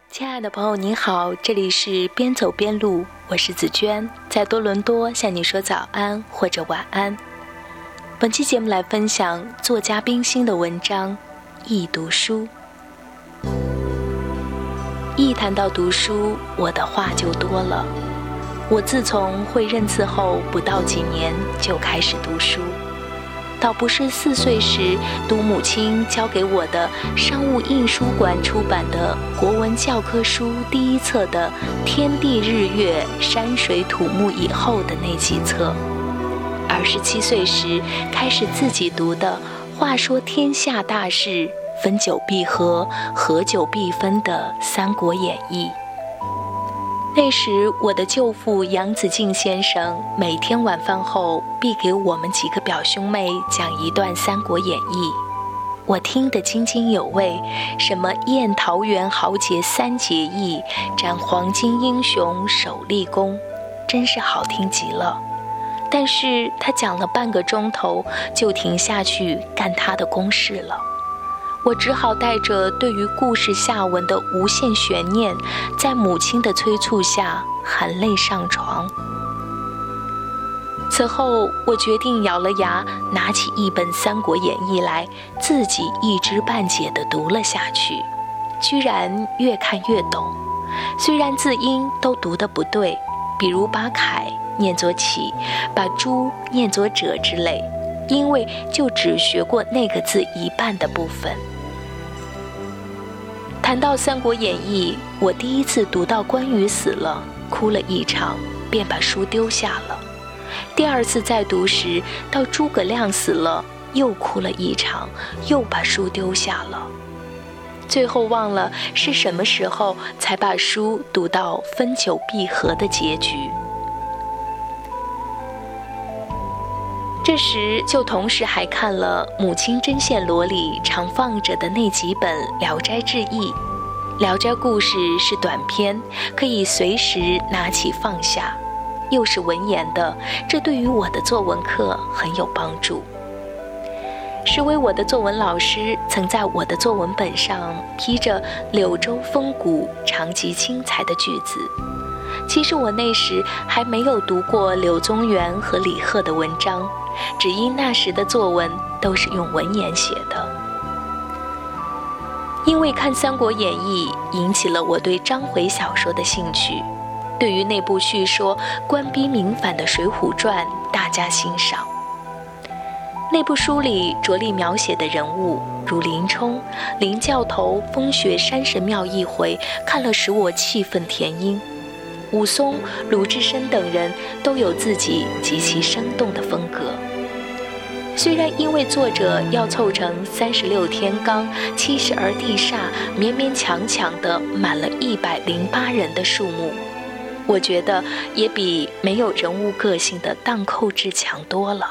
亲爱的朋友你好，这里是边走边录，我是紫娟，在多伦多向你说早安或者晚安。本期节目来分享作家冰心的文章《一读书》。一谈到读书，我的话就多了。我自从会认字后不到几年就开始读书，倒不是4岁时读母亲交给我的商务印书馆出版的国文教科书第一册的天地日月山水土木以后的那几册，而是7岁时开始自己读的话说天下大事，分久必合，合久必分的《三国演义》。那时我的舅父杨子敬先生每天晚饭后必给我们几个表兄妹讲一段《三国演义》，我听得津津有味，什么宴桃园豪杰3结义，斩黄巾英雄首立功，真是好听极了。但是他讲了半个钟头就停下去干他的公事了，我只好带着对于故事下文的无限悬念，在母亲的催促下含泪上床。此后我决定咬了牙，拿起一本《三国演义》来，自己一知半解地读了下去，居然越看越懂。虽然字音都读得不对，比如把凯念作启，把朱念作者之类，因为就只学过那个字一半的部分。谈到《三国演义》，我第一次读到关羽死了，哭了一场，便把书丢下了。第二次再读时，到诸葛亮死了，又哭了一场，又把书丢下了。最后忘了是什么时候才把书读到分久必合的结局。这时就同时还看了母亲针线箩里常放着的那几本《聊斋志异》。《聊斋》故事是短篇，可以随时拿起放下，又是文言的，这对于我的作文课很有帮助。石为我的作文老师曾在我的作文本上批着柳州风骨常极青才的句子。其实我那时还没有读过柳宗元和李贺的文章，只因那时的作文都是用文言写的。因为看《三国演义》引起了我对章回小说的兴趣，对于那部叙说官逼民反的《水浒传》大加欣赏。那部书里着力描写的人物如林冲、林教头风雪山神庙一回，看了使我气愤填膺。武松、鲁智深等人都有自己极其生动的风格。虽然因为作者要凑成36天罡70而地煞，勉勉强强地满了108人的数目，我觉得也比没有人物个性的荡寇志强多了。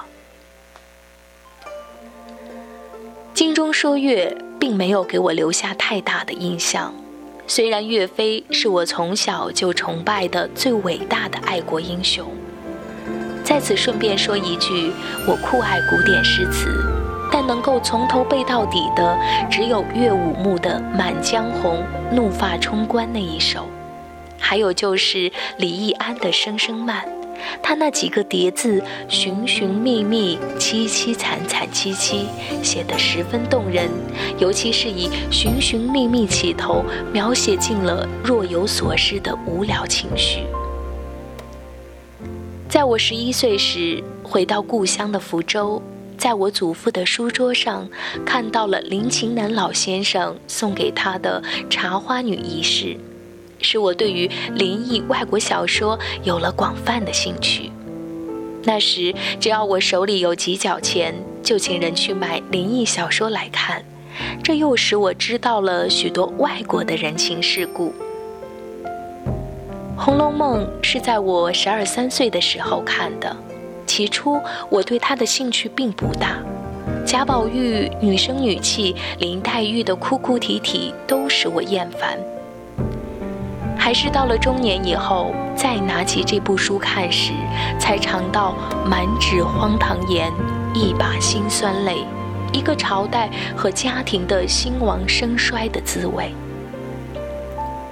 精中说岳并没有给我留下太大的印象，虽然岳飞是我从小就崇拜的最伟大的爱国英雄。在此顺便说一句，我酷爱古典诗词，但能够从头背到底的只有岳武穆的《满江红·怒发冲冠》那一首，还有就是李易安的《声声慢》，他那几个叠字寻寻觅觅，凄凄惨惨戚戚，写得十分动人，尤其是以寻寻觅觅起头，描写尽了若有所失的无聊情绪。在我11岁时，回到故乡的福州，在我祖父的书桌上看到了林琴南老先生送给他的《茶花女》一事，使我对于林异外国小说有了广泛的兴趣。那时只要我手里有几角钱，就请人去买林异小说来看，这又使我知道了许多外国的人情世故。《红楼梦》是在我12、13岁的时候看的，起初我对它的兴趣并不大，贾宝玉女声女气，林黛玉的哭哭啼啼都使我厌烦。还是到了中年以后，再拿起这部书看时，才尝到满纸荒唐言，一把辛酸泪，一个朝代和家庭的兴亡盛衰的滋味。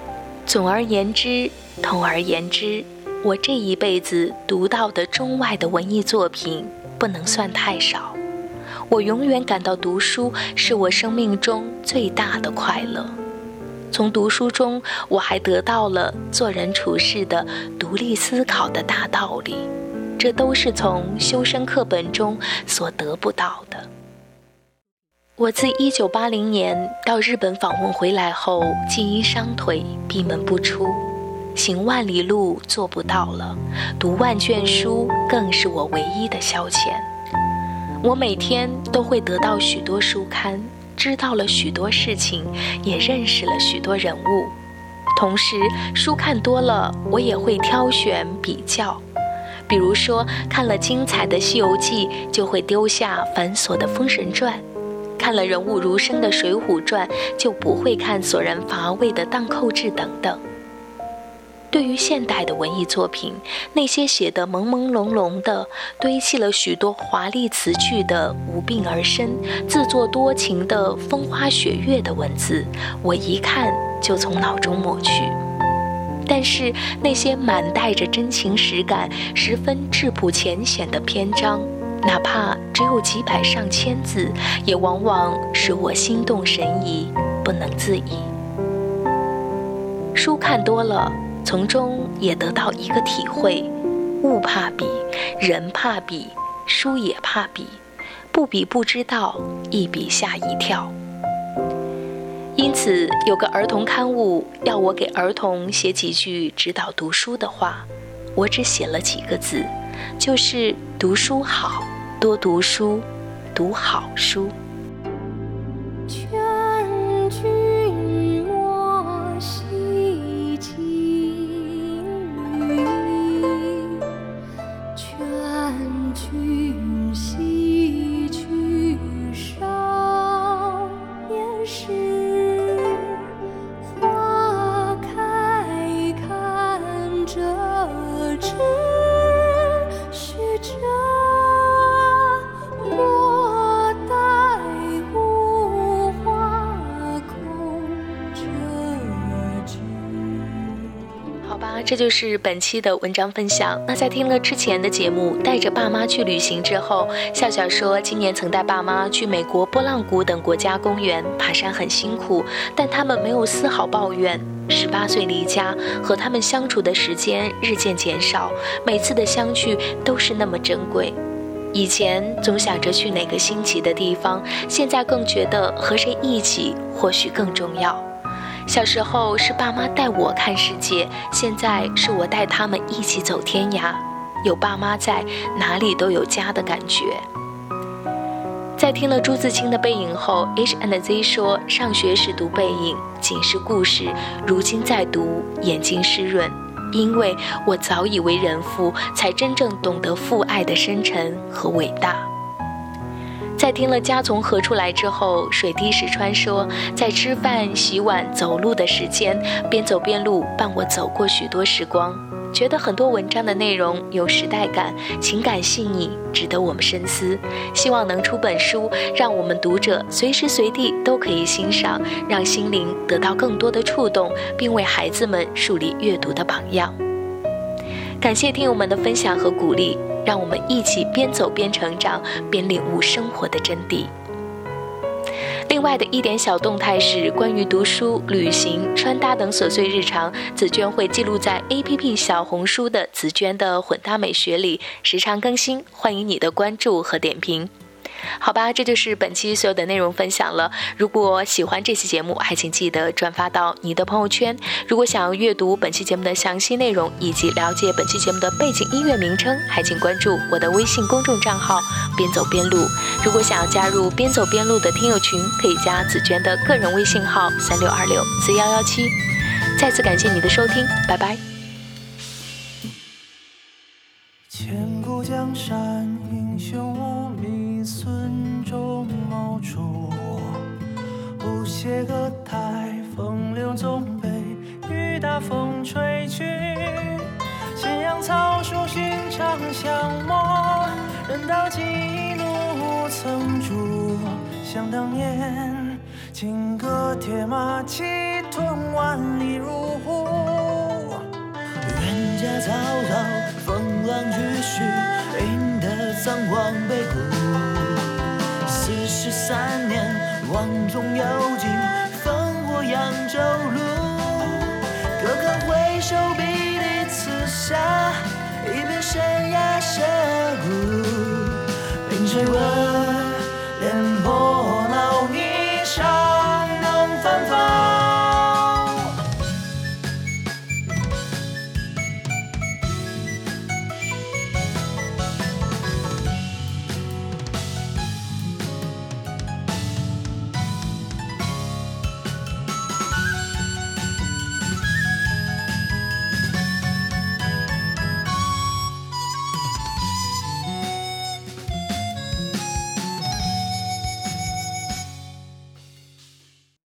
总而言之，统而言之，我这一辈子读到的中外的文艺作品不能算太少。我永远感到读书是我生命中最大的快乐。从读书中，我还得到了做人处事的独立思考的大道理，这都是从修身课本中所得不到的。我自1980年到日本访问回来后，竟因伤腿闭门不出，行万里路做不到了，读万卷书更是我唯一的消遣。我每天都会得到许多书刊，知道了许多事情，也认识了许多人物。同时，书看多了，我也会挑选比较。比如说，看了精彩的《西游记》，就会丢下繁琐的《封神传》；看了人物如生的《水浒传》，就不会看索然乏味的《荡寇志》等等。对于现代的文艺作品，那些写得朦朦胧胧的，堆砌了许多华丽词句的无病而生、自作多情的风花雪月的文字，我一看就从脑中抹去。但是那些满带着真情实感、十分质朴浅显的篇章，哪怕只有几百上千字，也往往使我心动神怡，不能自已。书看多了，从中也得到一个体会：物怕比，人怕比，书也怕比，不比不知道，一比吓一跳。因此，有个儿童刊物要我给儿童写几句指导读书的话，我只写了几个字，就是读书好，多读书，读好书。 劝君莫惜金缕，劝君惜去少年时。花开看着只须折，莫待无花空折枝。 好吧，这就是本期的文章分享。那在听了之前的节目带着爸妈去旅行之后，笑笑说今年曾带爸妈去美国波浪谷等国家公园爬山，很辛苦，但他们没有丝毫抱怨。18岁离家，和他们相处的时间日渐减少，每次的相聚都是那么珍贵。以前总想着去哪个新奇的地方，现在更觉得和谁一起或许更重要。小时候是爸妈带我看世界，现在是我带他们一起走天涯。有爸妈在，哪里都有家的感觉。在听了朱自清的《背影》后， H&Z 说上学时读《背影》仅是故事，如今再读眼睛湿润，因为我早已为人父，才真正懂得父爱的深沉和伟大。在听了《家从何处来》之后，水滴石川说在吃饭、洗碗、走路的时间，边走边录伴我走过许多时光，觉得很多文章的内容有时代感，情感细腻，值得我们深思。希望能出本书，让我们读者随时随地都可以欣赏，让心灵得到更多的触动，并为孩子们树立阅读的榜样。感谢听友们的分享和鼓励，让我们一起边走边成长，边领悟生活的真谛。另外的一点小动态是，关于读书、旅行、穿搭等琐碎日常，紫娟会记录在 APP 小红书的紫娟的混搭美学里，时常更新，欢迎你的关注和点评。好吧，这就是本期所有的内容分享了。如果喜欢这期节目，还请记得转发到你的朋友圈。如果想要阅读本期节目的详细内容，以及了解本期节目的背景音乐名称，还请关注我的微信公众账号边走边录。如果想要加入边走边录的听友群，可以加紫娟的个人微信号36264117。再次感谢你的收听，拜拜。 千古江山英雄无名，孙仲谋出无懈可台，风流总被雨打风吹去。咸阳草书寻常相陌，人道几怒曾驻。想当年金戈铁马，气吞万里如虎。 滔滔，风浪继续，赢得苍黄北谷。43年，望中有景，烽火扬州路。隔空挥手，比你刺下一片生涯涉谷。凭谁问？